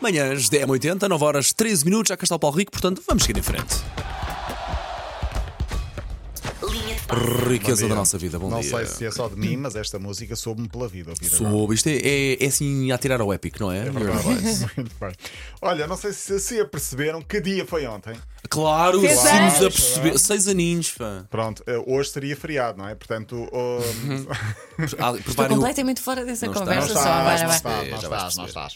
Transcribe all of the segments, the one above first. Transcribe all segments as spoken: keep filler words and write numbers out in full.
Manhãs D M oitenta, nove horas treze minutos, já cá está o Paulo Rico, portanto vamos seguir em frente. Riqueza da nossa vida, bom Não dia. sei se é só de mim, mas esta música soube-me pela vida. Ouvir agora. Soube, isto é, é, é assim a tirar ao épico, não é? É verdade. Muito bem. Olha, não sei se se aperceberam que dia foi ontem. Claro, Seis sim, anos. nos a perceber. Seis aninhos, fã. Pronto, eh, hoje seria feriado, não é? Portanto, um, Ah, Estou preparem o- completamente fora dessa Não conversa. estás, Só não vai, estás, vai. estás, não já vais estás, não perceber. estás.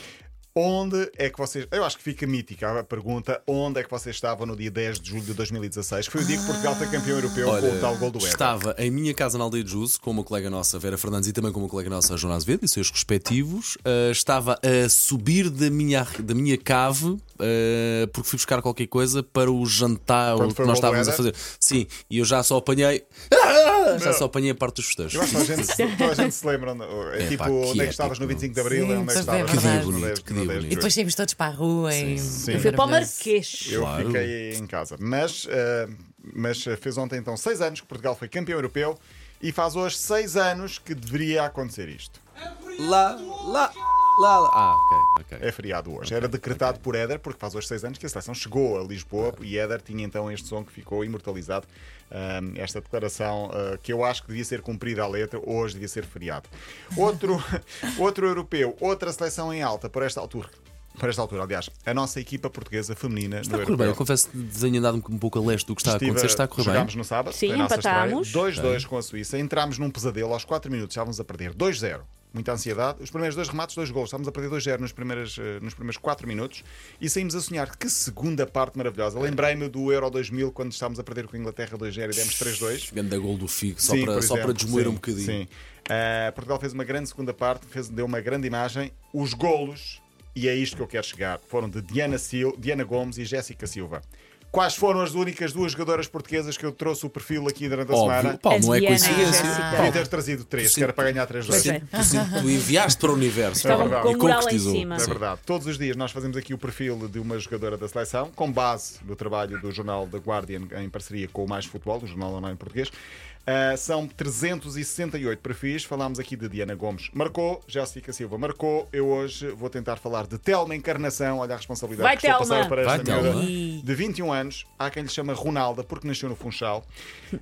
Onde é que vocês. Eu acho que fica mítica a pergunta: onde é que vocês estavam no dia dez de julho de dois mil e dezasseis? Que foi o dia que Portugal foi campeão europeu Olha, com o tal gol do Éder. estava em minha casa na Aldeia de Juso com uma colega nossa, Vera Fernandes, e também com uma colega nossa, Joana Azevedo, e seus respectivos. Uh, estava a subir da minha, da minha cave uh, porque fui buscar qualquer coisa para o jantar Quando o que foi o nós gol do estávamos a Éder? fazer. Sim, e eu já só apanhei. Ah! Já só apanhei a parte dos festejos. Eu acho que toda a gente, toda a gente se lembra. É, É, tipo, pá, que onde é que épico, estavas no meu. vinte e cinco de Abril? Sim, onde é que pois é, estavas verdade. no Que dia dez- bonito, no que dia dez de E julho? depois saímos todos para a rua e. Sim. Foi Foi para o Eu Claro. fiquei em casa. Mas, eh, mas fez ontem então seis anos que Portugal foi campeão europeu e faz hoje seis anos que deveria acontecer isto. Lá, lá, lá, lá. Ah, ok, ok. É feriado hoje. Era decretado por Éder, porque faz hoje seis anos que a seleção chegou a Lisboa e Éder tinha então este som que ficou imortalizado. Um, esta declaração uh, que eu acho que devia ser cumprida à letra, hoje devia ser feriado. Outro, outro europeu, outra seleção em alta por esta altura. Por esta altura, aliás, a nossa equipa portuguesa feminina Está a no correr bem, eu europeu. confesso que tenho andado um pouco a leste do que está a acontecer. Está a correr bem. Jogámos no sábado, Sim, foi a nossa empatámos. estreia, dois dois com a Suíça, entrámos num pesadelo, aos quatro minutos estávamos a perder dois zero. Muita ansiedade. Os primeiros dois remates, dois gols. Estávamos a perder dois zero nos primeiros, eh, nos primeiros quatro minutos e saímos a sonhar. Que segunda parte maravilhosa. Lembrei-me do Euro dois mil, quando estávamos a perder com a Inglaterra dois zero e demos três dois. Grande gol do Figo, só, Sim, para, por só para exemplo. desmoer Sim, um bocadinho. Sim. Uh, Portugal fez uma grande segunda parte, fez, deu uma grande imagem. Os golos, e é isto que eu quero chegar, foram de Diana, Sil, Diana Gomes e Jéssica Silva. Quais foram as únicas duas jogadoras portuguesas que eu trouxe o perfil aqui durante a Óbvio, semana? Paulo, As não é Diana e coincidência. Jéssica. Podia ter trazido três, Sim. que era para ganhar três dois. Pois é. Tu, tu enviaste para o universo. Estavam verdade. com E a moral em concretizou. cima. É Sim. verdade. Todos os dias nós fazemos aqui o perfil de uma jogadora da seleção, com base no trabalho do jornal The Guardian em parceria com o Mais Futebol, o jornal online português. Uh, são trezentos e sessenta e oito perfis. Falámos aqui de Diana Gomes. Marcou, Jéssica Silva marcou. Eu hoje vou tentar falar de Telma Encarnação. Olha a responsabilidade Vai, que estou a passar Telma. para esta Vai, miúda. Telma. De vinte e um anos. Há quem lhe chama Ronalda porque nasceu no Funchal. Uh,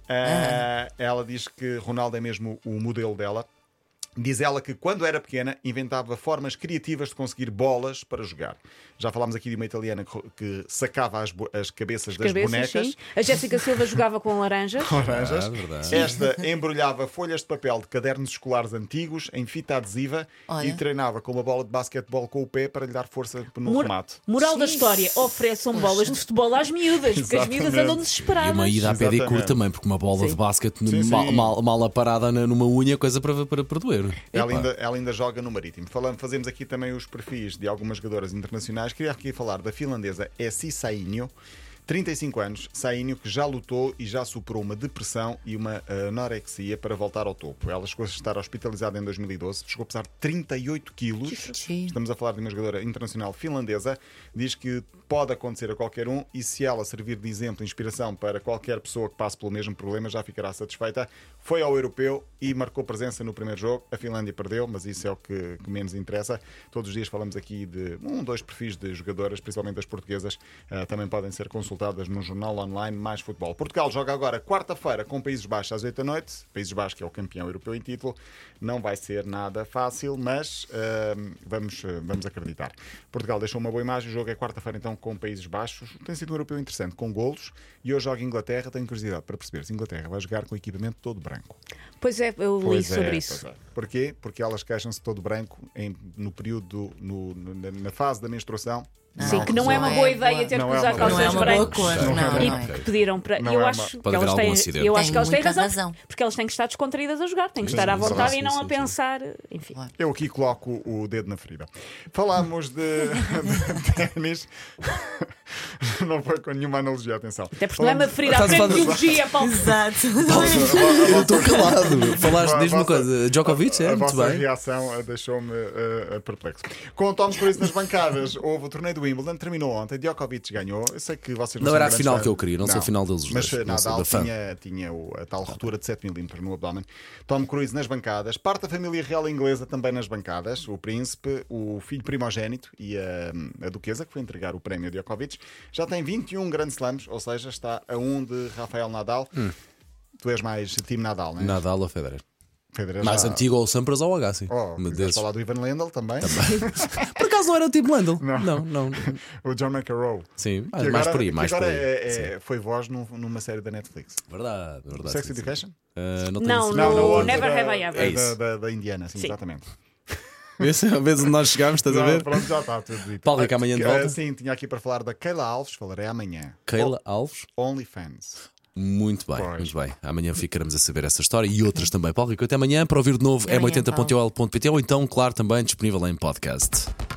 ela diz que Ronaldo é mesmo o modelo dela. Diz ela que quando era pequena inventava formas criativas de conseguir bolas para jogar. Já falámos aqui de uma italiana que, que sacava as, bo- as cabeças das Cabeças, bonecas. sim. A Jéssica Silva jogava com laranjas. Laranjas. Ah, verdade. Esta embrulhava folhas de papel de cadernos escolares antigos em fita adesiva Olha. e treinava com uma bola de basquetebol com o pé para lhe dar força no Mor- remate. Moral da Sim. históriam: ofereçam bolas de futebol às miúdas, porque as miúdas Exatamente. andam E desesperadas. uma ida à pedicure Exatamente. também, porque uma bola Sim. de basquete Sim, mal, sim. mal, mal aparada na- numa unha, coisa para, para perdoer. Ela Epá. ainda, ela ainda joga no Marítimo. Falando, fazemos aqui também os perfis de algumas jogadoras internacionais. Queria aqui falar da finlandesa Essi Sainio, trinta e cinco anos, Sainio, que já lutou e já superou uma depressão e uma anorexia para voltar ao topo. Ela chegou a estar hospitalizada em dois mil e doze, chegou a pesar trinta e oito quilos. Sim. Estamos a falar de uma jogadora internacional finlandesa. Diz que pode acontecer a qualquer um e se ela servir de exemplo, inspiração para qualquer pessoa que passe pelo mesmo problema, já ficará satisfeita. Foi ao europeu e marcou presença no primeiro jogo. A Finlândia perdeu, mas isso é o que, que menos interessa. Todos os dias falamos aqui de um, dois perfis de jogadoras, principalmente as portuguesas, uh, também podem ser consultadas no jornal online Mais Futebol. Portugal joga agora quarta-feira com Países Baixos às oito da noite. Países Baixos, que é o campeão europeu em título. Não vai ser nada fácil, mas uh, vamos, uh, vamos acreditar. Portugal deixou uma boa imagem. O jogo é quarta-feira então com Países Baixos. Tem sido um europeu interessante, com golos. E hoje joga Inglaterra. Tenho curiosidade para perceber se Inglaterra vai jogar com equipamento todo branco. Pois é, eu li Pois sobre é, isso. pois é. Porquê? Porque elas queixam-se todo branco em- no período, no- no- na, na fase da menstruação. Sim, que não é uma Não boa é ideia boa. ter Não que é usar uma boa- Não é calções uma boa brancos. cor, Não, não, não E não é. que pediram para. Não Eu é acho uma- que Pode elas haver têm. algum acidente. Eu Tem acho que elas têm muita razão, razão. porque elas têm que estar descontraídas a jogar, têm que estar à Sim, vontade sim, e não sim, a sim. pensar. Enfim. Claro. Eu aqui coloco o dedo na ferida. Falámos de, de ténis. Não foi com nenhuma analogia, atenção. Até porque não é uma ferida, Estás a aprende falar- biologia, Paulo. Exato. Eu estou calado. Falaste, A diz-me uma vossa- coisa. Djokovic, é? A Muito vossa bem. reação eh, deixou-me eh, eh, perplexo. Com o Tom por isso nas bancadas, houve o torneio do de Wimbledon terminou ontem. Djokovic ganhou. Eu sei que vocês não, Não são era a grandes final fãs. que eu queria, não, sou a final deles os Mas dois. Não sou Nadal da fã. tinha, tinha o- a tal ruptura de sete milímetros no abdômen. Tom Cruise nas bancadas. Parte da família real inglesa também nas bancadas. O príncipe, o filho primogénito e a, a duquesa, que foi entregar o prémio a Djokovic. Já tem vinte e um Grand Slams, ou seja, está a um de Rafael Nadal. Tu és mais time Nadal, não é? Nadal ou Federer. Federer Mais já- antigo ou o Sampras ou o Agassi. Oh, Mas quiseres desses. falar do Ivan Lendl também? Por acaso não era o tipo Lendl? Não. não, não. O John McEnroe. Sim, mais, Que mais agora- por aí, que mais por agora aí. é- é- foi voz num- numa série da Netflix. Verdade, verdade. Sex sim, sim. Education? Ah, não, tenho Não, isso. não. No outra Never da- Have I Ever. É é isso. da, da, da Indiana, sim, Sim. exatamente. Vês a vez onde nós chegámos, estás a ver? Pronto, já está tudo dito. Paulo, que amanhã de Ah, volta? Sim, tinha aqui para falar da Keila Alves, falarei amanhã. Keila Alves. OnlyFans. Muito bem, Pois. muito bem. Amanhã ficaremos a saber essa história e outras também. Paulo Rico, até amanhã para ouvir de novo Até m amanhã, oitenta ponto ol ponto pt ou então, claro, também disponível em podcast.